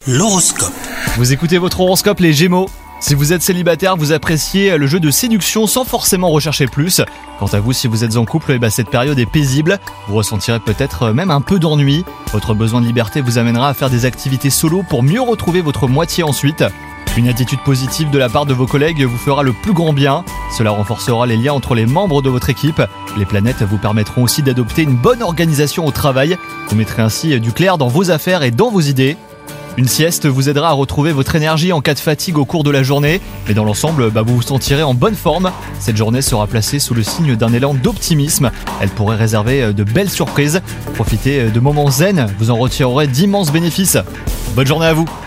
L'horoscope. Vous écoutez votre horoscope les Gémeaux. Si vous êtes célibataire, vous appréciez le jeu de séduction sans forcément rechercher plus. Quant à vous, si vous êtes en couple, cette période est paisible. Vous ressentirez peut-être même un peu d'ennui. Votre besoin de liberté vous amènera à faire des activités solo pour mieux retrouver votre moitié ensuite. Une attitude positive de la part de vos collègues vous fera le plus grand bien. Cela renforcera les liens entre les membres de votre équipe. Les planètes vous permettront aussi d'adopter une bonne organisation au travail. Vous mettrez ainsi du clair dans vos affaires et dans vos idées. Une sieste vous aidera à retrouver votre énergie en cas de fatigue au cours de la journée, mais dans l'ensemble, vous vous sentirez en bonne forme. Cette journée sera placée sous le signe d'un élan d'optimisme. Elle pourrait réserver de belles surprises. Profitez de moments zen, vous en retirerez d'immenses bénéfices. Bonne journée à vous!